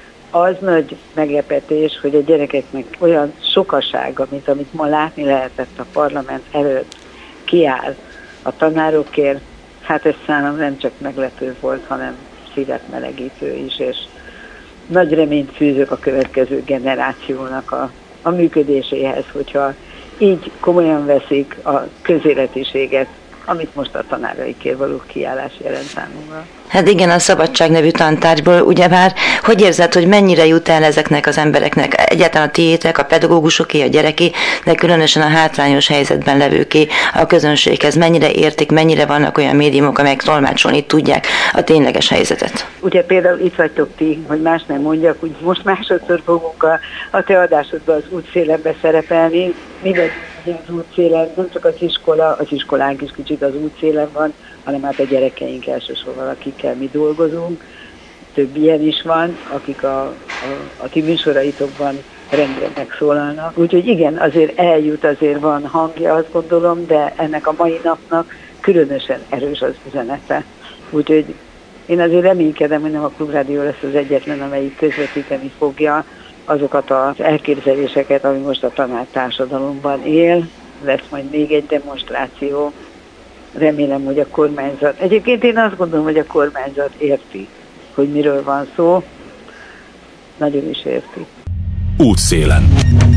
Az nagy meglepetés, hogy a gyerekeknek olyan sokasága, mint amit ma látni lehetett a parlament előtt, kiáll a tanárokért, hát ez számomra nem csak meglepő volt, hanem szívet melegítő is, és nagy reményt fűzök a következő generációnak a, a működéséhez, hogyha így komolyan veszik a közéletiséget, amit most a tanáraikért való kiállás jelent számunkra. Hát igen, a Szabadság nevű tantárgyból ugyebár, hogy érzed, hogy mennyire jut el ezeknek az embereknek, egyáltalán a tiétek, a pedagógusoké, a gyereké, de különösen a hátrányos helyzetben levőké, a közönséghez, mennyire értik, mennyire vannak olyan médiumok, amelyek tolmácsolni tudják a tényleges helyzetet? Ugye például itt vagytok ti, hogy más nem mondjak, úgy most másodszor fogunk a, a te adásodban az útszélenbe szerepelni. Mi vagyunk az útszélen, nem csak az iskola, az iskolánk is kicsit az útszélen van, hanem hát a gyerekeink elsősorban, akikkel mi dolgozunk. Több ilyen is van, akik a, a, a ti műsoraitokban rendre megszólalnak. Úgyhogy igen, azért eljut, azért van hangja, azt gondolom, de ennek a mai napnak különösen erős az üzenete. Úgyhogy én azért reménykedem, hogy nem a Klubrádió lesz az egyetlen, amelyik közvetíteni fogja azokat az elképzeléseket, ami most a tanártársadalomban él. Lesz majd még egy demonstráció. Remélem, hogy a kormányzat... Egyébként én azt gondolom, hogy a kormányzat érti, hogy miről van szó. Nagyon is érti. Útszélen.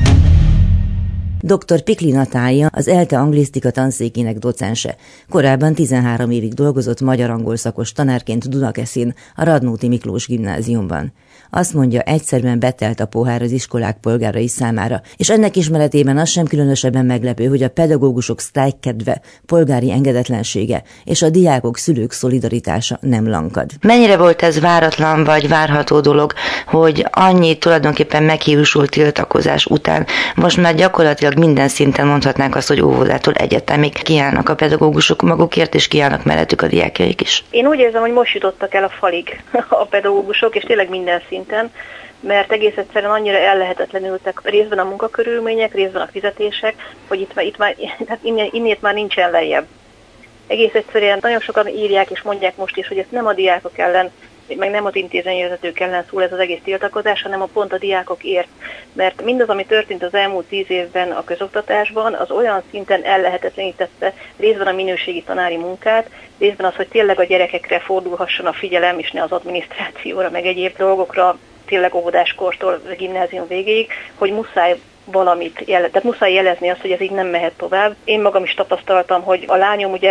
doktor Pikli Natália az ELTE anglisztika tanszékének docense. Korábban tizenhárom évig dolgozott magyar-angol szakos tanárként Dunakeszin, a Radnóti Miklós gimnáziumban. Azt mondja, egyszerűen betelt a pohár az iskolák polgárai számára, és ennek ismeretében az sem különösebben meglepő, hogy a pedagógusok sztrájkkedve, polgári engedetlensége és a diákok, szülők szolidaritása nem lankad. Mennyire volt ez váratlan vagy várható dolog, hogy annyi tulajdonképpen meghiúsult tiltakozás után most már gyakorlatilag minden szinten mondhatnánk azt, hogy óvodától egyetemig kiállnak a pedagógusok magukért, és kiállnak mellettük a diákjaik is? Én úgy érzem, hogy most jutottak el a falig a pedagógusok, és tényleg minden szinten, mert egész egyszerűen annyira ellehetetlenültek részben a munkakörülmények, részben a fizetések, hogy itt már, itt már, tehát innen, innét már nincsen lejjebb. Egész egyszerűen nagyon sokan írják és mondják most is, hogy ez nem a diákok ellen, meg nem az intézményvezetők ellen szól ez az egész tiltakozás, hanem a pont a diákokért. Mert mindaz, ami történt az elmúlt tíz évben a közoktatásban, az olyan szinten ellehetetlenítette részben a minőségi tanári munkát, részben az, hogy tényleg a gyerekekre fordulhasson a figyelem, és ne az adminisztrációra, meg egyéb dolgokra, tényleg óvodáskortól a gimnázium végéig, hogy muszáj valamit jele, tehát muszáj jelezni azt, hogy ez így nem mehet tovább. Én magam is tapasztaltam, hogy a lányom ugye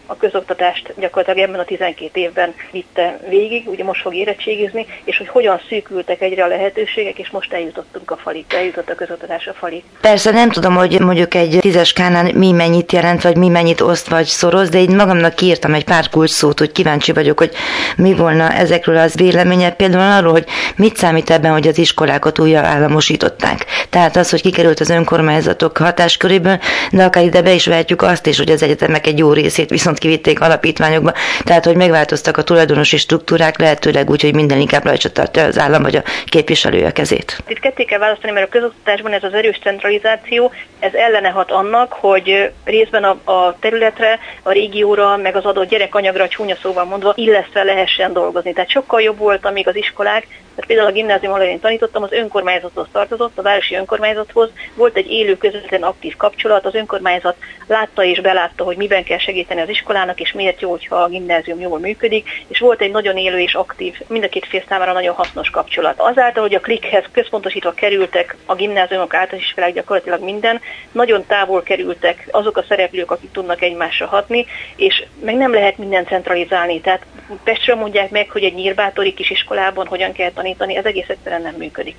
a közoktatást gyakorlatilag ebben a tizenkét évben vitte végig, ugye most fog érettségizni, és hogy hogyan szűkültek egyre a lehetőségek, és most eljutottunk a falig, eljutott a közoktatás a falig. Persze nem tudom, hogy mondjuk egy tízes skálán mi mennyit jelent, vagy mi mennyit oszt, vagy szoroz, de így magamnak kiírtam egy pár kulcsszót, hogy kíváncsi vagyok, hogy mi volna ezekről az véleménye, például arról, hogy mit számít ebben, hogy az iskolákat újra államosították. Tehát az, hogy kikerült az önkormányzatok hatásköréből, de akár ide be is vehetjük azt is, hogy az egyetemek egy jó részét viszont kivitték alapítványokba, tehát hogy megváltoztak a tulajdonosi struktúrák, lehetőleg úgy, hogy minden inkább rajta tartja az állam vagy a képviselő a kezét. Itt ketté kell választani, mert a közoktatásban ez az erős centralizáció, ez ellene hat annak, hogy részben a, a területre, a régióra, meg az adott gyerekanyagra, csúnya szóval mondva, illesztve lehessen dolgozni. Tehát sokkal jobb volt, amíg az iskolák, tehát például a gimnázium, ahol én tanítottam, az önkormányzathoz tartozott, a városi önkormányzathoz, volt egy élő, közvetlen aktív kapcsolat, az önkormányzat látta és belátta, hogy miben kell segíteni az iskolának, és miért jó, hogyha a gimnázium jól működik, és volt egy nagyon élő és aktív, mind a két fél számára nagyon hasznos kapcsolat. Azáltal, hogy a klikhez központosítva kerültek a gimnáziumok, általános iskolák, gyakorlatilag minden, nagyon távol kerültek azok a szereplők, akik tudnak egymásra hatni, és meg nem lehet mindent centralizálni. Tehát Pestről mondják meg, hogy egy nyírbátori kis iskolában hogyan kell tanítani, ez egész egyszerűen nem működik.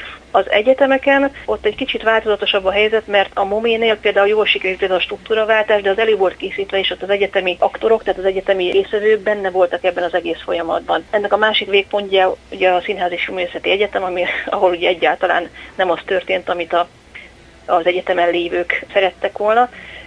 Az egyetemeken ott egy kicsit változatosabb a helyzet, mert a moménél például jól sikerült a struktúraváltás, de az elő volt készítve, és ott az egyetemi aktorok, tehát az egyetemi részvevők benne voltak ebben az egész folyamatban. Ennek a másik végpontja ugye a Színház és Művészeti Egyetem, ami, ahol ugye egyáltalán nem az történt, amit a, az egyetemen lévők szerettek volna.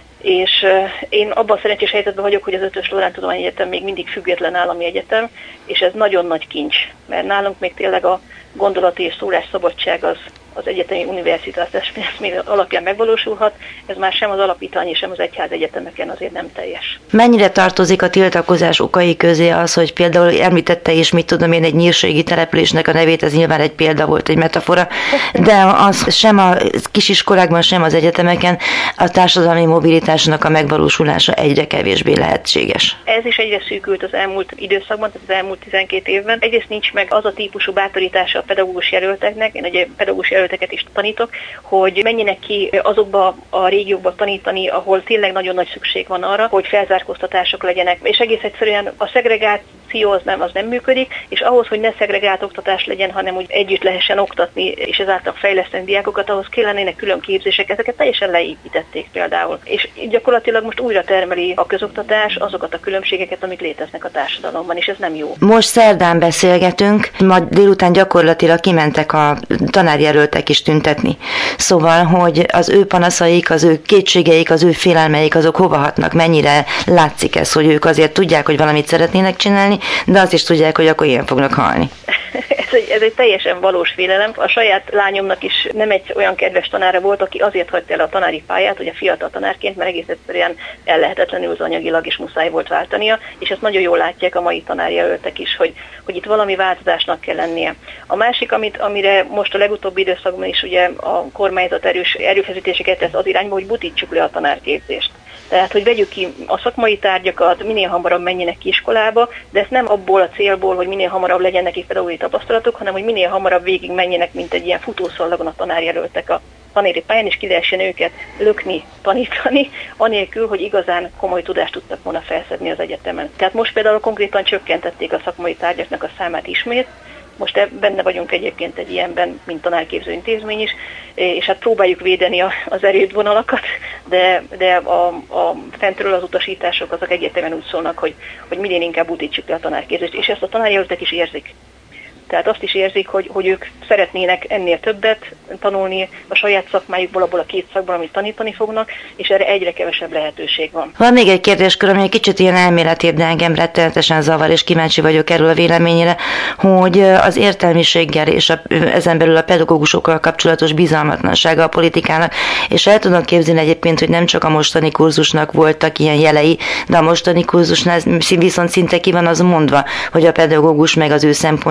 És én abban a szerencsés helyzetben vagyok, hogy az Ötös Loránd Tudományegyetem még mindig független állami egyetem, és ez nagyon nagy kincs, mert nálunk még tényleg a gondolati és szólásszabadság az, az egyetemi universitás eszmény alapján megvalósulhat, ez már sem az alapítványi, sem az egyház egyetemeken azért nem teljes. Mennyire tartozik a tiltakozás okai közé az, hogy például említette is, mit tudom én, egy nyírségi településnek a nevét, ez nyilván egy példa volt, egy metafora, de az sem a kisiskolákban, sem az egyetemeken a társadalmi mobilitásnak a megvalósulása egyre kevésbé lehetséges. Ez is egyre szűkült az elmúlt időszakban, tehát az elmúlt tizenkét évben. Egyrészt nincs meg az a típusú bátorítása a pedagógus jelölteknek, én ugye pedagógus jelölteket is tanítok, hogy menjenek ki azokba a régiókba tanítani, ahol tényleg nagyon nagy szükség van arra, hogy felzárkóztatások legyenek. És egész egyszerűen a szegregáció az nem, az nem működik, és ahhoz, hogy ne szegregált oktatás legyen, hanem hogy együtt lehessen oktatni, és ezáltal fejleszteni diákokat, ahhoz kellenének külön képzések, ezeket teljesen leépítették például. És gyakorlatilag most újra termeli a közoktatás azokat a különbségeket, amik léteznek a társadalomban, és ez nem jó. Most szerdán beszélgetünk, ma délután gyakorlatilag kimentek a tanárjelöltek is tüntetni. Szóval, hogy az ő panaszaik, az ő kétségeik, az ő félelmeik, azok hova hatnak, mennyire látszik ez, hogy ők azért tudják, hogy valamit szeretnének csinálni, de azt is tudják, hogy akkor ilyen fognak halni. Ez egy, ez egy teljesen valós félelem. A saját lányomnak is nem egy olyan kedves tanára volt, aki azért hagyta el a tanári pályát, hogy a fiatal tanárként, mert egész egyszerűen ellehetetlenül anyagilag is muszáj volt váltania, és ezt nagyon jól látják a mai tanárjelöltek is, hogy, hogy itt valami változásnak kell lennie. A másik, amit, amire most a legutóbbi időszakban is ugye a kormányzat erős erőfeszítéseket tesz az irányba, hogy butítsuk le a tanárképzést. Tehát, hogy vegyük ki a szakmai tárgyakat, minél hamarabb menjenek ki iskolába, de ez nem abból a célból, hogy minél hamarabb legyen nekik pedagógiai tapasztalatok, hanem hogy minél hamarabb végig menjenek, mint egy ilyen futószallagon a tanárjelöltek a tanéri pályán, és ki lehessen őket lökni, tanítani, anélkül, hogy igazán komoly tudást tudtak volna felszedni az egyetemen. Tehát most például konkrétan csökkentették a szakmai tárgyaknak a számát ismét. Most benne vagyunk egyébként egy ilyenben, mint tanárképző intézmény is, és hát próbáljuk védeni az erődvonalakat, de, de a, a fentről az utasítások azok egyetemen úgy szólnak, hogy, hogy minél inkább butítsuk le a tanárképzést, és ezt a tanárjelöltek is érzik. Tehát azt is érzik, hogy, hogy ők szeretnének ennél többet tanulni a saját szakmájukból, abból a két szakból, amit tanítani fognak, és erre egyre kevesebb lehetőség van. Van még egy kérdéskör, ami egy kicsit ilyen elméletébb, de engem rettenetesen zavar, és kíváncsi vagyok erről a véleményére, hogy az értelmiséggel és a, ezen belül a pedagógusokkal kapcsolatos bizalmatlansága a politikának, és el tudom képzelni egyébként, hogy nem csak a mostani kurzusnak voltak ilyen jelei, de a mostani kurzusnál viszont szinte ki van az mondva, hogy a pedagógus meg az ő szempontjai, meg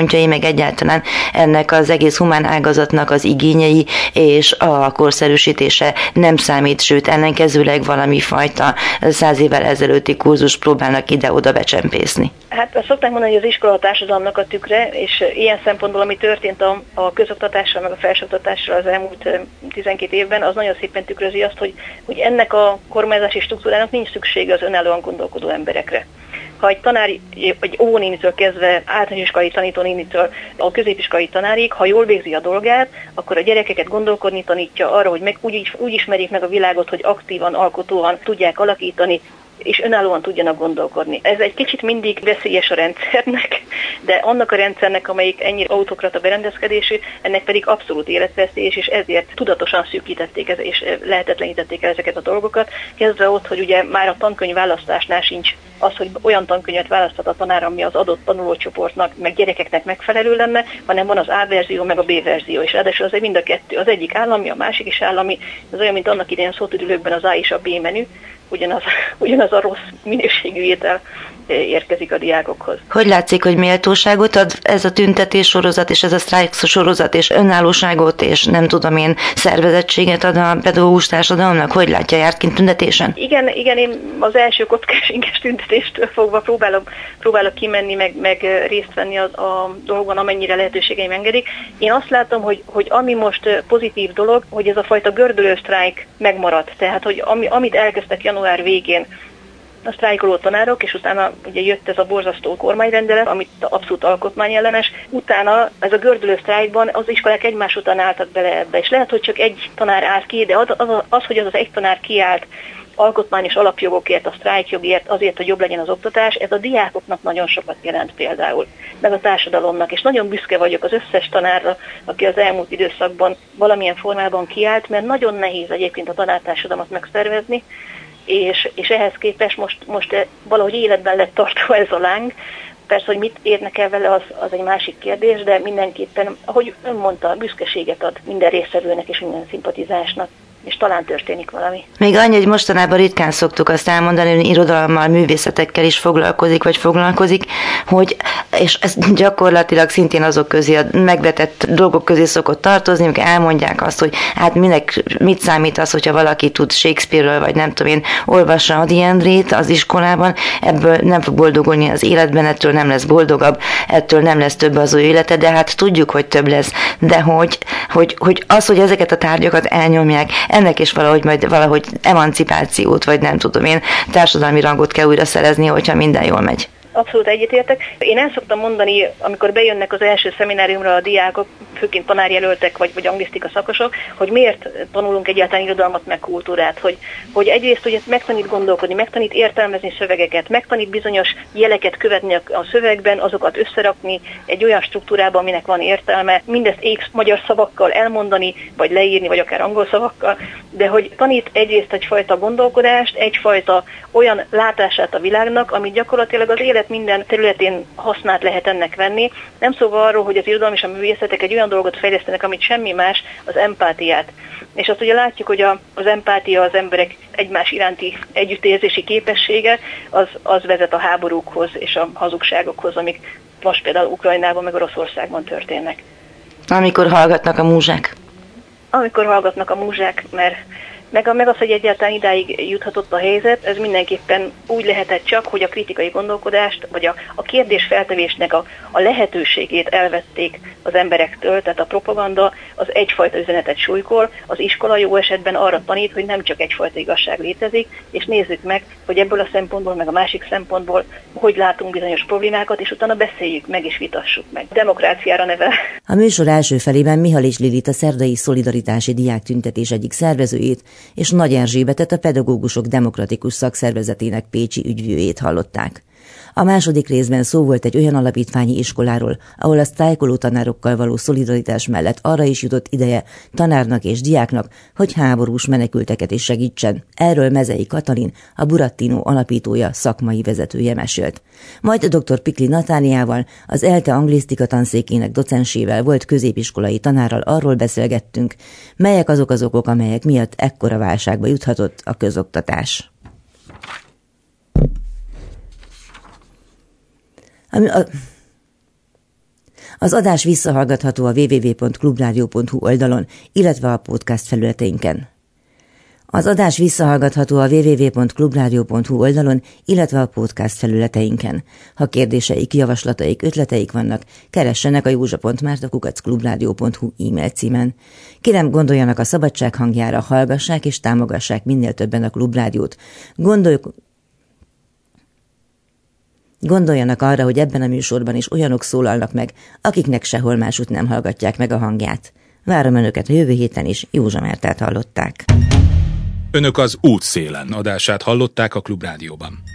meg egyáltalán ennek az egész humán ágazatnak az igényei és a korszerűsítése nem számít, sőt ellenkezőleg valami fajta száz évvel ezelőtti kurzus próbálnak ide-oda becsempészni. Hát azt szokták mondani, hogy az iskola a társadalomnak a tükre, és ilyen szempontból, ami történt a, a közoktatással, meg a felsőoktatással az elmúlt tizenkét évben, az nagyon szépen tükrözi azt, hogy, hogy ennek a kormányzási struktúrának nincs szüksége az önállóan gondolkodó emberekre. Ha egy tanár, egy óvónénitől kezdve általános iskolai tanítónénitől a középiskolai tanárig, ha jól végzi a dolgát, akkor a gyerekeket gondolkodni tanítja arra, hogy meg úgy, úgy ismerjék meg a világot, hogy aktívan, alkotóan tudják alakítani, és önállóan tudjanak gondolkodni. Ez egy kicsit mindig veszélyes a rendszernek, de annak a rendszernek, amelyik ennyire autokrata berendezkedésű, ennek pedig abszolút életveszélyes, és ezért tudatosan szűkítették ez, és lehetetlenítették el ezeket a dolgokat. Kezdve ott, hogy ugye már a tankönyv választásnál sincs az, hogy olyan tankönyvet választhat a tanár, ami az adott tanulócsoportnak, meg gyerekeknek megfelelő lenne, hanem van az A verzió, meg a B verzió, és ráadásul az mind a kettő. Az egyik állami, a másik is állami, az olyan, mint annak idején szótudülőkben az A és a B menü, ugyanaz, ugyanaz a rossz minőségű étel érkezik a diákokhoz. Hogy látszik, hogy méltóságot ad ez a tüntetés sorozat, és ez a sztrájk sorozat, és önállóságot, és nem tudom én, szervezettséget ad a pedagógus társadalomnak? Hogy látja, járt kint tüntetésen? Igen, igen, én az első kockás inges tüntetéstől fogva próbálok, próbálok kimenni, meg, meg részt venni a, a dolgon, amennyire lehetőségeim engedik. Én azt látom, hogy, hogy ami most pozitív dolog, hogy ez a fajta gördülő sztrájk megmaradt. Tehát, hogy ami, amit elkezdtek január végén a sztrájkoló tanárok, és utána ugye jött ez a borzasztó kormányrendelet, amit abszolút alkotmányellenes. Utána ez a gördülő sztrájkban az iskolák egymás után álltak bele ebbe, és lehet, hogy csak egy tanár állt ki, de az, az, az hogy az az egy tanár kiállt alkotmányos alapjogokért, a sztrájkjogért, azért, hogy jobb legyen az oktatás, ez a diákoknak nagyon sokat jelent például, meg a társadalomnak, és nagyon büszke vagyok az összes tanárra, aki az elmúlt időszakban valamilyen formában kiállt, mert nagyon nehéz egyébként a tanártársadalmat megszervezni, És, és ehhez képest most, most valahogy életben lett tartva ez a láng. Persze, hogy mit érnek el vele, az, az egy másik kérdés, de mindenképpen, ahogy ön mondta, büszkeséget ad minden résztvevőnek és minden szimpatizásnak, és talán történik valami. Még annyi, hogy mostanában ritkán szoktuk azt elmondani, hogy irodalommal, művészetekkel is foglalkozik, vagy foglalkozik, hogy, és ez gyakorlatilag szintén azok közé, a megvetett dolgok közé szokott tartozni, amikor elmondják azt, hogy hát minek, mit számít az, hogyha valaki tud Shakespeare-ről, vagy nem tudom én, olvassa Ady Endrét az iskolában, ebből nem fog boldogulni az életben, ettől nem lesz boldogabb, ettől nem lesz több az ő élete, de hát tudjuk, hogy több lesz. De hogy, hogy, hogy az, hogy ezeket a tárgyakat elnyomják, ennek is valahogy majd valahogy emancipációt, vagy nem tudom én, társadalmi rangot kell újra szerezni, hogyha minden jól megy. Abszolút egyetértek. Én el szoktam mondani, amikor bejönnek az első szemináriumra a diákok, főként tanárjelöltek vagy, vagy anglisztika szakosok, hogy miért tanulunk egyáltalán irodalmat meg kultúrát, hogy, hogy egyrészt ugye megtanít gondolkodni, megtanít értelmezni szövegeket, megtanít bizonyos jeleket követni a, a szövegben, azokat összerakni egy olyan struktúrában, aminek van értelme, mindezt épp magyar szavakkal elmondani, vagy leírni, vagy akár angol szavakkal, de hogy tanít egyrészt egyfajta gondolkodást, egyfajta olyan látását a világnak, amit gyakorlatilag az élet minden területén hasznát lehet ennek venni. Nem szóval arról, hogy az irodalom és a művészetek egy olyan dolgot fejlesztenek, amit semmi más, az empátiát. És azt ugye látjuk, hogy a, az empátia, az emberek egymás iránti együttérzési képessége, az, az vezet a háborúkhoz és a hazugságokhoz, amik most például Ukrajnában meg Oroszországban történnek. Amikor hallgatnak a múzsák. Amikor hallgatnak a múzsák, mert Meg, meg az, hogy egyáltalán idáig juthatott a helyzet, ez mindenképpen úgy lehetett csak, hogy a kritikai gondolkodást, vagy a, a kérdésfeltevésnek a, a lehetőségét elvették az emberektől, tehát a propaganda az egyfajta üzenetet súlykol, az iskola jó esetben arra tanít, hogy nem csak egyfajta igazság létezik, és nézzük meg, hogy ebből a szempontból, meg a másik szempontból, hogy látunk bizonyos problémákat, és utána beszéljük meg és vitassuk meg. Demokráciára nevel. A műsor első felében Mihalis Lilit, a szerdai szolidaritási diáktüntetés egyik szervezőjét, és Nagy Erzsébetet, a Pedagógusok Demokratikus Szakszervezetének pécsi ügyvivőjét hallották. A második részben szó volt egy olyan alapítványi iskoláról, ahol a sztrájkoló tanárokkal való szolidaritás mellett arra is jutott ideje tanárnak és diáknak, hogy háborús menekülteket is segítsen. Erről Mezei Katalin, a Burattino alapítója, szakmai vezetője mesélt. Majd dr. Pikli Natáliával, az ELTE anglisztika tanszékének docensével, volt középiskolai tanárral arról beszélgettünk, melyek azok az okok, amelyek miatt ekkora válságba juthatott a közoktatás. A Az adás visszahallgatható a double-u double-u double-u pont klubrádió pont hu oldalon, illetve a podcast felületeinken. Az adás visszahallgatható a double-u double-u double-u pont klubrádió pont hu oldalon, illetve a podcast felületeinken. Ha kérdéseik, javaslataik, ötleteik vannak, keressenek a józsa pont márta kukac klubrádió pont hu e-mail címen. Kérem, gondoljanak a szabadság hangjára, hallgassák és támogassák minél többen a Klubrádiót. Gondoljuk Gondoljanak arra, hogy ebben a műsorban is olyanok szólalnak meg, akiknek sehol másút nem hallgatják meg a hangját. Várom Önöket a jövő héten is, Józsa Mártát hallották. Önök az Útszélen adását hallották a Klubrádióban.